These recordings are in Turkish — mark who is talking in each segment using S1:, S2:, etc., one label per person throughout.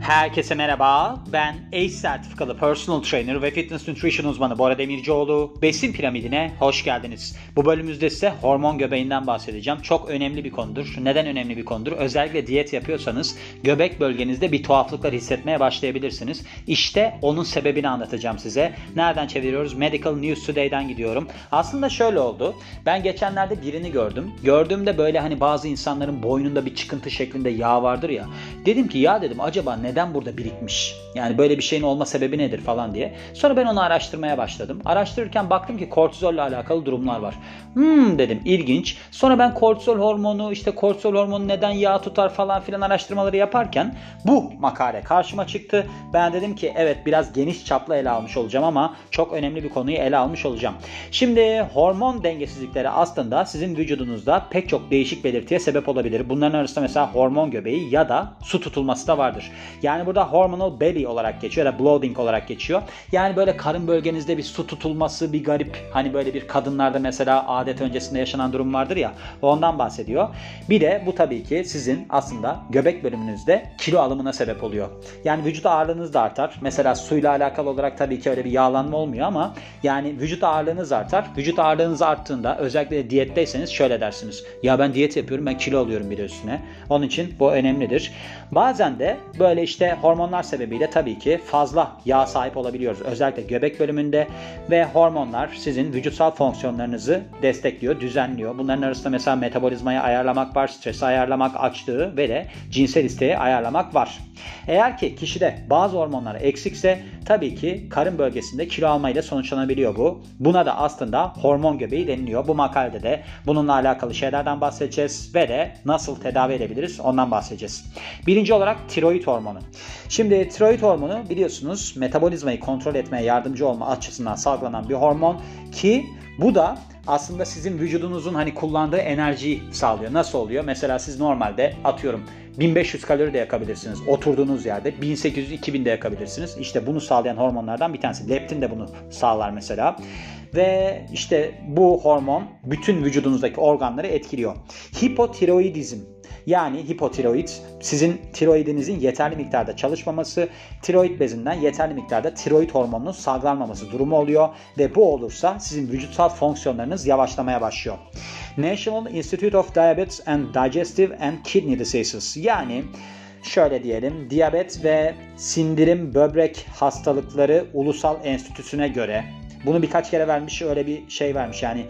S1: Herkese merhaba. Ben ACE sertifikalı personal trainer ve fitness nutrition uzmanı Bora Demircioğlu. Besin piramidine hoş geldiniz. Bu bölümümüzde size hormon göbeğinden bahsedeceğim. Çok önemli bir konudur. Neden önemli bir konudur? Özellikle diyet yapıyorsanız göbek bölgenizde bir tuhaflıklar hissetmeye başlayabilirsiniz. İşte onun sebebini anlatacağım size. Nereden çeviriyoruz? Medical News Today'den gidiyorum. Aslında şöyle oldu. Ben geçenlerde birini gördüm. Gördüğümde böyle hani bazı insanların boynunda bir çıkıntı şeklinde yağ vardır ya. Dedim ki ya dedim acaba neden burada birikmiş? Yani böyle bir şeyin olma sebebi nedir falan diye. Sonra ben onu araştırmaya başladım. Araştırırken baktım ki kortizolle alakalı durumlar var. Dedim ilginç. Sonra ben kortizol hormonu neden yağ tutar falan filan araştırmaları yaparken bu makale karşıma çıktı. Ben dedim ki evet biraz geniş çaplı ele almış olacağım ama çok önemli bir konuyu ele almış olacağım. Şimdi hormon dengesizlikleri aslında sizin vücudunuzda pek çok değişik belirtiye sebep olabilir. Bunların arasında mesela hormon göbeği ya da su tutulması da vardır. Yani burada hormonal belly olarak geçiyor ya da bloating olarak geçiyor. Yani böyle karın bölgenizde bir su tutulması, bir garip hani böyle bir kadınlarda mesela adet öncesinde yaşanan durum vardır ya, ondan bahsediyor. Bir de bu tabii ki sizin aslında göbek bölümünüzde kilo alımına sebep oluyor. Yani vücut ağırlığınız da artar. Mesela suyla alakalı olarak tabii ki öyle bir yağlanma olmuyor ama yani vücut ağırlığınız artar. Vücut ağırlığınız arttığında özellikle de diyetteyseniz şöyle dersiniz. Ya ben diyet yapıyorum, ben kilo alıyorum bir de üstüne. Onun için bu önemlidir. Bazen de böyle işte hormonlar sebebiyle tabii ki fazla yağ sahip olabiliyoruz. Özellikle göbek bölümünde ve hormonlar sizin vücutsal fonksiyonlarınızı destekliyor, düzenliyor. Bunların arasında mesela metabolizmayı ayarlamak var, stresi ayarlamak, açlığı ve de cinsel isteği ayarlamak var. Eğer ki kişide bazı hormonlar eksikse tabii ki karın bölgesinde kilo almayla sonuçlanabiliyor bu. Buna da aslında hormon göbeği deniliyor. Bu makalede de bununla alakalı şeylerden bahsedeceğiz ve de nasıl tedavi edebiliriz ondan bahsedeceğiz. Birinci olarak tiroid hormonu. Şimdi tiroid hormonu biliyorsunuz metabolizmayı kontrol etmeye yardımcı olma açısından salgılanan bir hormon ki bu da aslında sizin vücudunuzun hani kullandığı enerjiyi sağlıyor. Nasıl oluyor? Mesela siz normalde atıyorum 1500 kalori de yakabilirsiniz. Oturduğunuz yerde 1800-2000 de yakabilirsiniz. İşte bunu sağlayan hormonlardan bir tanesi. Leptin de bunu sağlar mesela. Ve işte bu hormon bütün vücudunuzdaki organları etkiliyor. Hipotiroidizm. Yani hipotiroid sizin tiroidinizin yeterli miktarda çalışmaması, tiroid bezinden yeterli miktarda tiroid hormonunun salgılanmaması durumu oluyor ve bu olursa sizin vücutsal fonksiyonlarınız yavaşlamaya başlıyor. National Institute of Diabetes and Digestive and Kidney Diseases yani şöyle diyelim diyabet ve sindirim böbrek hastalıkları ulusal enstitüsüne göre bunu birkaç kere vermiş öyle bir şey vermiş yani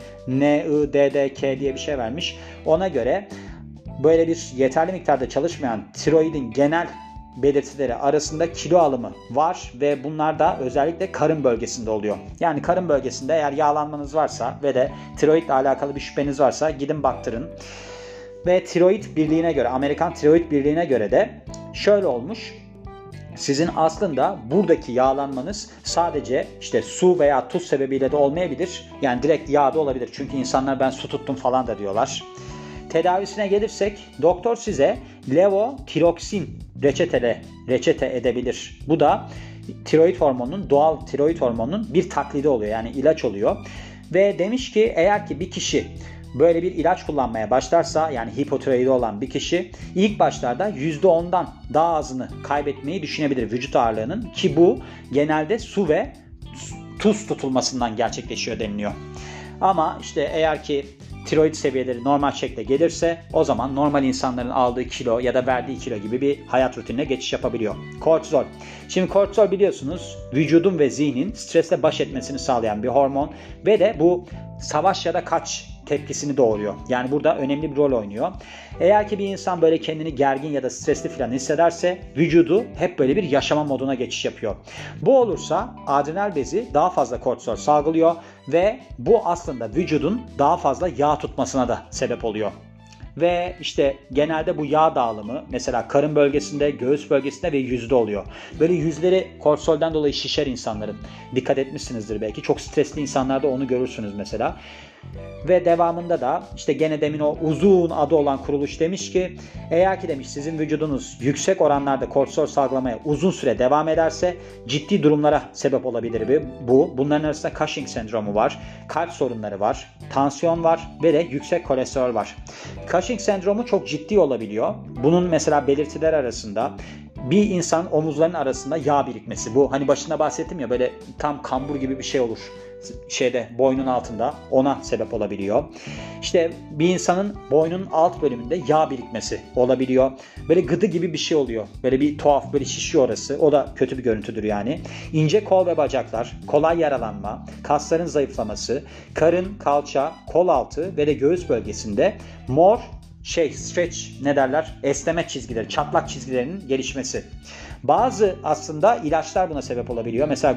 S1: NIDDK diye bir şey vermiş ona göre böyle bir yeterli miktarda çalışmayan tiroidin genel belirtileri arasında kilo alımı var ve bunlar da özellikle karın bölgesinde oluyor. Yani karın bölgesinde eğer yağlanmanız varsa ve de tiroidle alakalı bir şüpheniz varsa gidin baktırın. Ve tiroid birliğine göre, Amerikan Tiroid Birliği'ne göre de şöyle olmuş. Sizin aslında buradaki yağlanmanız sadece işte su veya tuz sebebiyle de olmayabilir. Yani direkt yağ da olabilir. Çünkü insanlar ben su tuttum falan da diyorlar. Tedavisine gelirsek doktor size levotiroksin reçete edebilir. Bu da tiroid hormonunun doğal tiroid hormonunun bir taklidi oluyor. Yani ilaç oluyor. Ve demiş ki eğer ki bir kişi böyle bir ilaç kullanmaya başlarsa yani hipotiroidi olan bir kişi ilk başlarda %10'dan daha azını kaybetmeyi düşünebilir vücut ağırlığının ki bu genelde su ve tuz tutulmasından gerçekleşiyor deniliyor. Ama işte eğer ki tiroid seviyeleri normal şekilde gelirse o zaman normal insanların aldığı kilo ya da verdiği kilo gibi bir hayat rutinine geçiş yapabiliyor. Kortizol. Şimdi kortizol biliyorsunuz vücudun ve zihnin stresle baş etmesini sağlayan bir hormon ve de bu savaş ya da kaç tepkisini doğuruyor. Yani burada önemli bir rol oynuyor. Eğer ki bir insan böyle kendini gergin ya da stresli falan hissederse vücudu hep böyle bir yaşama moduna geçiş yapıyor. Bu olursa adrenal bezi daha fazla kortizol salgılıyor ve bu aslında vücudun daha fazla yağ tutmasına da sebep oluyor. Ve işte genelde bu yağ dağılımı mesela karın bölgesinde, göğüs bölgesinde ve yüzde oluyor. Böyle yüzleri kortizolden dolayı şişer insanların. Dikkat etmişsinizdir belki. Çok stresli insanlarda onu görürsünüz mesela. Ve devamında da işte gene demin o uzun adı olan kuruluş demiş ki eğer ki demiş sizin vücudunuz yüksek oranlarda kortizol salgılamaya uzun süre devam ederse ciddi durumlara sebep olabilir bu. Bunların arasında Cushing sendromu var, kalp sorunları var, tansiyon var ve de yüksek kolesterol var. Cushing sendromu çok ciddi olabiliyor. Bunun mesela belirtiler arasında bir insanın omuzlarının arasında yağ birikmesi. Bu hani başında bahsettim ya, böyle tam kambur gibi bir şey olur. Boynun altında, ona sebep olabiliyor. İşte bir insanın boynunun alt bölümünde yağ birikmesi olabiliyor. Böyle gıdı gibi bir şey oluyor. Böyle bir tuhaf, böyle şişiyor orası. O da kötü bir görüntüdür yani. İnce kol ve bacaklar, kolay yaralanma, kasların zayıflaması, karın, kalça, kol altı ve de göğüs bölgesinde mor stretch esneme çizgileri, çatlak çizgilerinin gelişmesi. Bazı aslında ilaçlar buna sebep olabiliyor. Mesela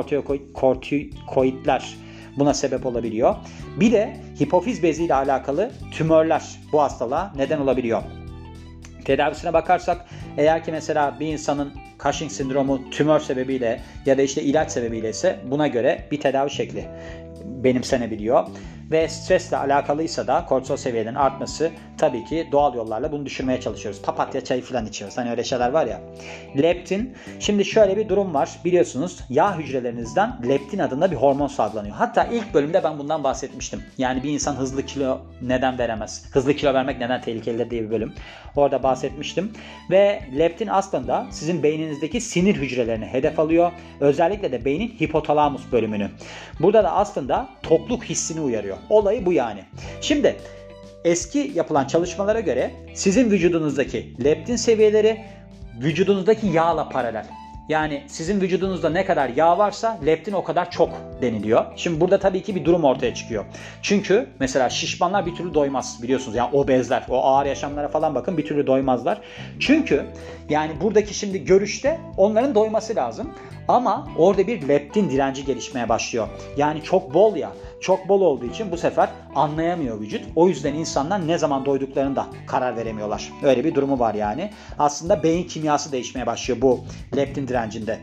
S1: glukokortikoidler buna sebep olabiliyor. Bir de hipofiz beziyle alakalı tümörler bu hastalığa neden olabiliyor. Tedavisine bakarsak, eğer ki mesela bir insanın Cushing sendromu tümör sebebiyle ya da işte ilaç sebebiyle ise buna göre bir tedavi şekli benimsenebiliyor. Ve stresle alakalıysa da kortizol seviyelerinin artması, tabii ki doğal yollarla bunu düşürmeye çalışıyoruz. Papatya çayı falan içiyoruz. Hani öyle şeyler var ya. Leptin. Şimdi şöyle bir durum var. Biliyorsunuz yağ hücrelerinizden leptin adında bir hormon salgılanıyor. Hatta ilk bölümde ben bundan bahsetmiştim. Yani bir insan hızlı kilo neden veremez? Hızlı kilo vermek neden tehlikelidir diye bir bölüm. Orada bahsetmiştim. Ve leptin aslında sizin beyninizdeki sinir hücrelerini hedef alıyor. Özellikle de beynin hipotalamus bölümünü. Burada da aslında tokluk hissini uyarıyor. Olayı bu yani. Şimdi eski yapılan çalışmalara göre sizin vücudunuzdaki leptin seviyeleri vücudunuzdaki yağla paralel. Yani sizin vücudunuzda ne kadar yağ varsa leptin o kadar çok deniliyor. Şimdi burada tabii ki bir durum ortaya çıkıyor. Çünkü mesela şişmanlar bir türlü doymaz, biliyorsunuz. Yani obezler, o ağır yaşamlara falan bakın, bir türlü doymazlar. Çünkü yani buradaki şimdi görüşte onların doyması lazım. Ama orada bir leptin direnci gelişmeye başlıyor. Yani çok bol ya. Çok bol olduğu için bu sefer anlayamıyor vücut. O yüzden insanlar ne zaman doyduklarını da karar veremiyorlar. Öyle bir durumu var yani. Aslında beyin kimyası değişmeye başlıyor bu leptin direncinde.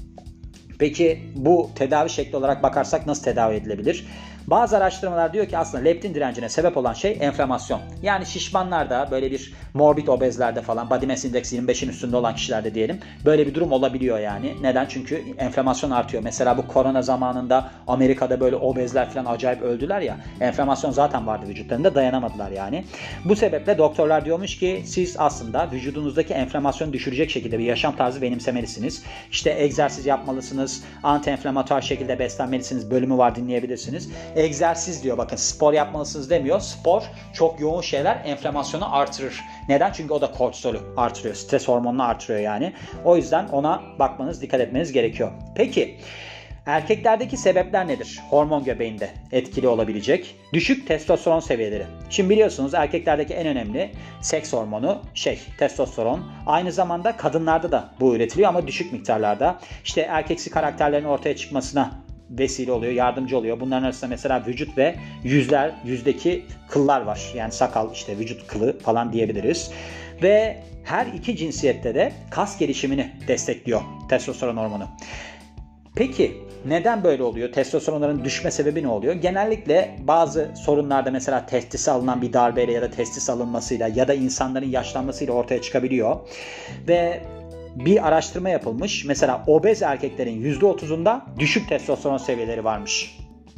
S1: Peki bu tedavi şekli olarak bakarsak nasıl tedavi edilebilir? Bazı araştırmalar diyor ki aslında leptin direncine sebep olan şey enflamasyon. Yani şişmanlarda, böyle bir morbid obezlerde falan, body mass index 25'in üstünde olan kişilerde diyelim, böyle bir durum olabiliyor yani. Neden? Çünkü enflamasyon artıyor. Mesela bu korona zamanında Amerika'da böyle obezler falan acayip öldüler ya. Enflamasyon zaten vardı vücutlarında, dayanamadılar yani. Bu sebeple doktorlar diyormuş ki siz aslında vücudunuzdaki enflamasyonu düşürecek şekilde bir yaşam tarzı benimsemelisiniz. İşte egzersiz yapmalısınız, anti-enflamatuar şekilde beslenmelisiniz bölümü var, dinleyebilirsiniz. Egzersiz diyor, bakın, spor yapmalısınız demiyor. Spor çok yoğun şeyler enflamasyonu artırır. Neden? Çünkü o da kortizolü artırıyor. Stres hormonunu artırıyor yani. O yüzden ona bakmanız, dikkat etmeniz gerekiyor. Peki erkeklerdeki sebepler nedir? Hormon göbeğinde etkili olabilecek düşük testosteron seviyeleri. Şimdi biliyorsunuz erkeklerdeki en önemli seks hormonu testosteron. Aynı zamanda kadınlarda da bu üretiliyor ama düşük miktarlarda. İşte erkeksi karakterlerin ortaya çıkmasına vesile oluyor, yardımcı oluyor. Bunların arasında mesela vücut ve yüzdeki kıllar var. Yani sakal, işte vücut kılı falan diyebiliriz. Ve her iki cinsiyette de kas gelişimini destekliyor testosteron hormonu. Peki neden böyle oluyor? Testosteronların düşme sebebi ne oluyor? Genellikle bazı sorunlarda mesela testise alınan bir darbeyle ya da testis alınmasıyla ya da insanların yaşlanmasıyla ortaya çıkabiliyor. Ve bir araştırma yapılmış. Mesela obez erkeklerin %30'unda düşük testosteron seviyeleri varmış.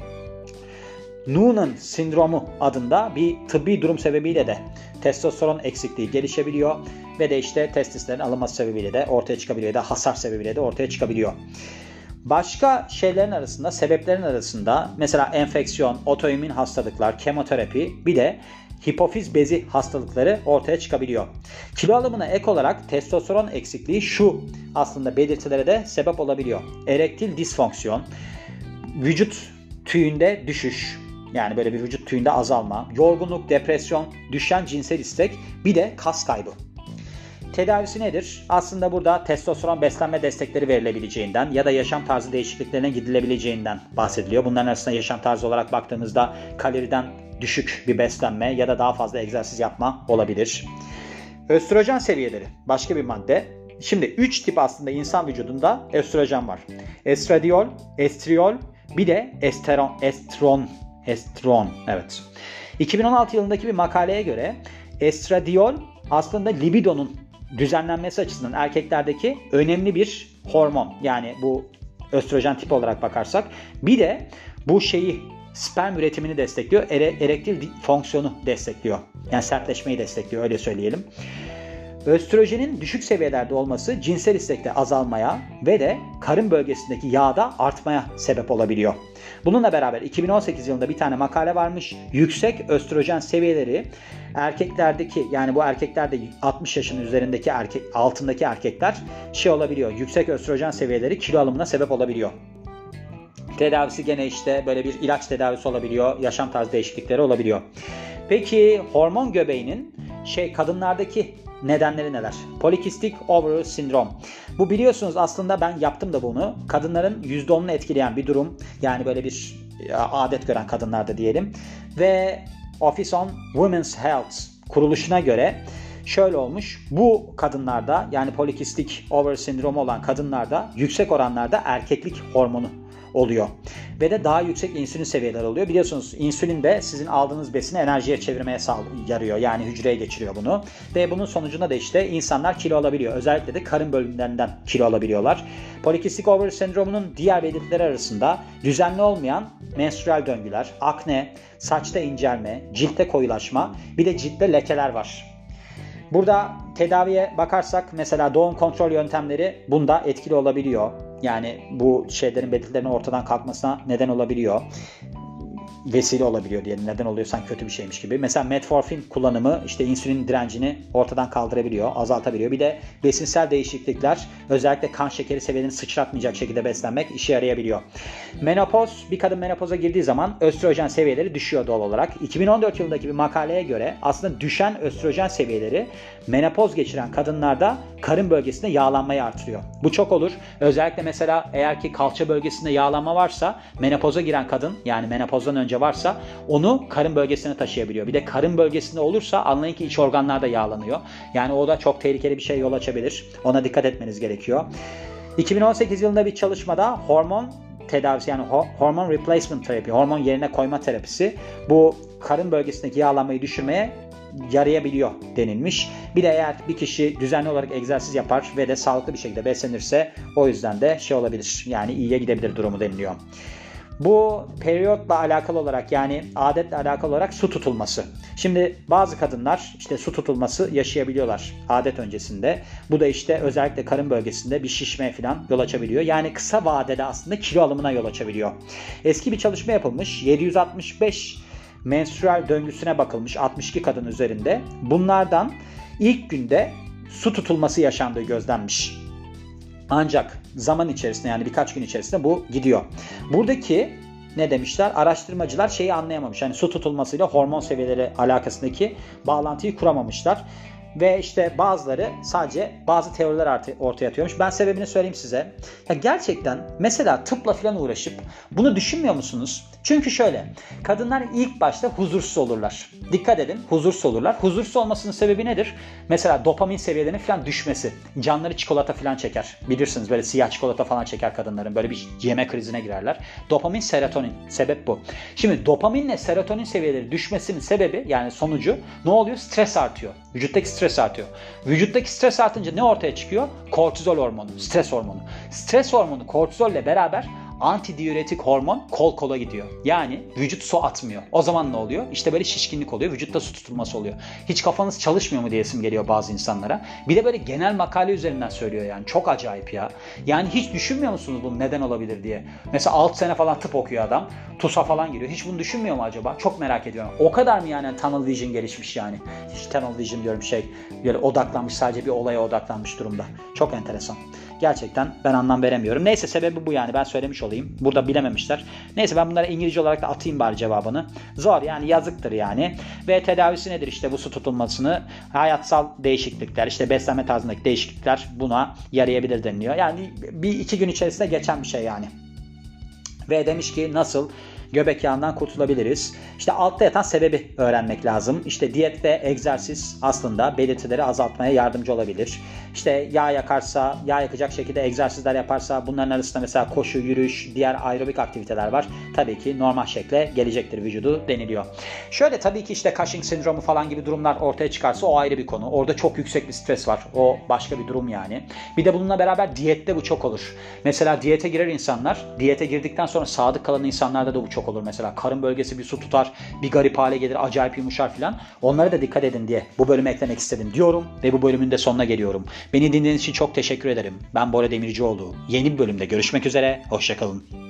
S1: Noonan sendromu adında bir tıbbi durum sebebiyle de testosteron eksikliği gelişebiliyor ve de işte testislerin alınması sebebiyle de ortaya çıkabiliyor ya da hasar sebebiyle de ortaya çıkabiliyor. Başka şeylerin arasında, sebeplerin arasında mesela enfeksiyon, otoimmün hastalıklar, kemoterapi, bir de hipofiz bezi hastalıkları ortaya çıkabiliyor. Kilo alımına ek olarak testosteron eksikliği şu aslında belirtilere de sebep olabiliyor. Erektil disfonksiyon, vücut tüyünde düşüş, yani böyle bir vücut tüyünde azalma, yorgunluk, depresyon, düşen cinsel istek, bir de kas kaybı. Tedavisi nedir? Aslında burada testosteron beslenme destekleri verilebileceğinden ya da yaşam tarzı değişikliklerine gidilebileceğinden bahsediliyor. Bunların arasında yaşam tarzı olarak baktığımızda kaloriden düşük bir beslenme ya da daha fazla egzersiz yapma olabilir. Östrojen seviyeleri başka bir madde. Şimdi 3 tip aslında insan vücudunda östrojen var. Estradiol, estriol, bir de estron. Evet. 2016 yılındaki bir makaleye göre estradiol aslında libidonun düzenlenmesi açısından erkeklerdeki önemli bir hormon. Yani bu östrojen tipi olarak bakarsak. Bir de bu sperm üretimini destekliyor. Erektil fonksiyonu destekliyor. Yani sertleşmeyi destekliyor, öyle söyleyelim. Östrojenin düşük seviyelerde olması cinsel istekte azalmaya ve de karın bölgesindeki yağda artmaya sebep olabiliyor. Bununla beraber 2018 yılında bir tane makale varmış. Yüksek östrojen seviyeleri erkeklerdeki, yani bu erkeklerde 60 yaşın üzerindeki altındaki erkekler olabiliyor. Yüksek östrojen seviyeleri kilo alımına sebep olabiliyor. Tedavisi gene işte böyle bir ilaç tedavisi olabiliyor. Yaşam tarzı değişiklikleri olabiliyor. Peki hormon göbeğinin kadınlardaki nedenleri neler? Polikistik ovary sindrom. Bu biliyorsunuz, aslında ben yaptım da bunu. Kadınların %10'unu etkileyen bir durum. Yani böyle bir adet gören kadınlarda diyelim. Ve Office on Women's Health kuruluşuna göre şöyle olmuş. Bu kadınlarda, yani polikistik ovary sindromu olan kadınlarda yüksek oranlarda erkeklik hormonu oluyor. Ve de daha yüksek insülin seviyeleri oluyor. Biliyorsunuz insülin de sizin aldığınız besini enerjiye çevirmeye yarıyor. Yani hücreye geçiriyor bunu. Ve bunun sonucunda da işte insanlar kilo alabiliyor. Özellikle de karın bölümlerinden kilo alabiliyorlar. Polikistik ovary sendromunun diğer belirtileri arasında düzenli olmayan menstrüel döngüler, akne, saçta incelme, ciltte koyulaşma, bir de ciltte lekeler var. Burada tedaviye bakarsak mesela doğum kontrol yöntemleri bunda etkili olabiliyor. Yani bu belirtilerinin ortadan kalkmasına neden olabiliyor. Vesile olabiliyor diyelim. Neden oluyorsan kötü bir şeymiş gibi. Mesela metformin kullanımı işte insülin direncini ortadan kaldırabiliyor, azaltabiliyor. Bir de besinsel değişiklikler, özellikle kan şekeri seviyelerini sıçratmayacak şekilde beslenmek işe yarayabiliyor. Menopoz, bir kadın menopoza girdiği zaman östrojen seviyeleri düşüyor doğal olarak. 2014 yılındaki bir makaleye göre aslında düşen östrojen seviyeleri menopoz geçiren kadınlarda karın bölgesinde yağlanmayı artırıyor. Bu çok olur. Özellikle mesela eğer ki kalça bölgesinde yağlanma varsa, menopoza giren kadın, yani menopozdan önce varsa, onu karın bölgesine taşıyabiliyor. Bir de karın bölgesinde olursa anlayın ki iç organlar da yağlanıyor. Yani o da çok tehlikeli bir şeye yol açabilir. Ona dikkat etmeniz gerekiyor. 2018 yılında bir çalışmada hormon tedavisi, yani hormon replacement terapi, hormon yerine koyma terapisi bu karın bölgesindeki yağlanmayı düşürmeye yarayabiliyor denilmiş. Bir de eğer bir kişi düzenli olarak egzersiz yapar ve de sağlıklı bir şekilde beslenirse, o yüzden de olabilir. Yani iyiye gidebilir durumu deniliyor. Bu periyotla alakalı olarak, yani adetle alakalı olarak su tutulması. Şimdi bazı kadınlar işte su tutulması yaşayabiliyorlar adet öncesinde. Bu da işte özellikle karın bölgesinde bir şişme falan yol açabiliyor. Yani kısa vadede aslında kilo alımına yol açabiliyor. Eski bir çalışma yapılmış. 765 menstrüel döngüsüne bakılmış 62 kadın üzerinde. Bunlardan ilk günde su tutulması yaşandığı gözlenmiş. Ancak zaman içerisinde, yani birkaç gün içerisinde bu gidiyor. Buradaki ne demişler? Araştırmacılar anlayamamış. Yani su tutulmasıyla hormon seviyeleri alakasındaki bağlantıyı kuramamışlar. Ve işte bazıları sadece bazı teoriler ortaya atıyormuş. Ben sebebini söyleyeyim size. Ya gerçekten mesela tıpla falan uğraşıp bunu düşünmüyor musunuz? Çünkü şöyle, kadınlar ilk başta huzursuz olurlar. Dikkat edin, huzursuz olurlar. Huzursuz olmasının sebebi nedir? Mesela dopamin seviyelerinin falan düşmesi. Canları çikolata falan çeker. Bilirsiniz, böyle siyah çikolata falan çeker kadınların. Böyle bir yeme krizine girerler. Dopamin, serotonin. Sebep bu. Şimdi dopaminle serotonin seviyeleri düşmesinin sebebi, yani sonucu ne oluyor? Stres artıyor. Vücuttaki stres artıyor. Vücuttaki stres artınca ne ortaya çıkıyor? Kortizol hormonu, stres hormonu. Stres hormonu kortizolle beraber antidiüretik hormon kol kola gidiyor. Yani vücut su atmıyor. O zaman ne oluyor? İşte böyle şişkinlik oluyor. Vücutta su tutulması oluyor. Hiç kafanız çalışmıyor mu diyesim geliyor bazı insanlara. Bir de böyle genel makale üzerinden söylüyor yani. Çok acayip ya. Yani hiç düşünmüyor musunuz bunun neden olabilir diye? Mesela 6 sene falan tıp okuyor adam. TUS'a falan giriyor. Hiç bunu düşünmüyor mu acaba? Çok merak ediyorum. O kadar mı yani tunnel vision gelişmiş yani? Hiç tunnel vision diyorum böyle odaklanmış, sadece bir olaya odaklanmış durumda. Çok enteresan. Gerçekten ben anlam veremiyorum. Neyse, sebebi bu yani. Ben söylemiş olayım. Burada bilememişler. Neyse, ben bunlara İngilizce olarak da atayım bari cevabını. Zor yani, yazıktır yani. Ve tedavisi nedir? İşte bu su tutulmasını, hayatsal değişiklikler, işte beslenme tarzındaki değişiklikler buna yarayabilir deniliyor. Yani bir iki gün içerisinde geçen bir şey yani. Ve demiş ki nasıl göbek yağından kurtulabiliriz? İşte altta yatan sebebi öğrenmek lazım. İşte diyet ve egzersiz aslında belirtileri azaltmaya yardımcı olabilir. İşte yağ yakacak şekilde egzersizler yaparsa, bunların arasında mesela koşu, yürüyüş, diğer aerobik aktiviteler var. Tabii ki normal şekle gelecektir vücudu deniliyor. Şöyle, tabii ki işte Cushing sendromu falan gibi durumlar ortaya çıkarsa o ayrı bir konu. Orada çok yüksek bir stres var. O başka bir durum yani. Bir de bununla beraber diyette bu çok olur. Mesela diyete girer insanlar. Diyete girdikten sonra sadık kalan insanlarda da bu çok çok olur mesela. Karın bölgesi bir su tutar, bir garip hale gelir, acayip yumuşar filan. Onlara da dikkat edin diye bu bölüme eklemek istedim diyorum ve bu bölümün de sonuna geliyorum. Beni dinlediğiniz için çok teşekkür ederim. Ben Bora Demircioğlu. Yeni bir bölümde görüşmek üzere. Hoşça kalın.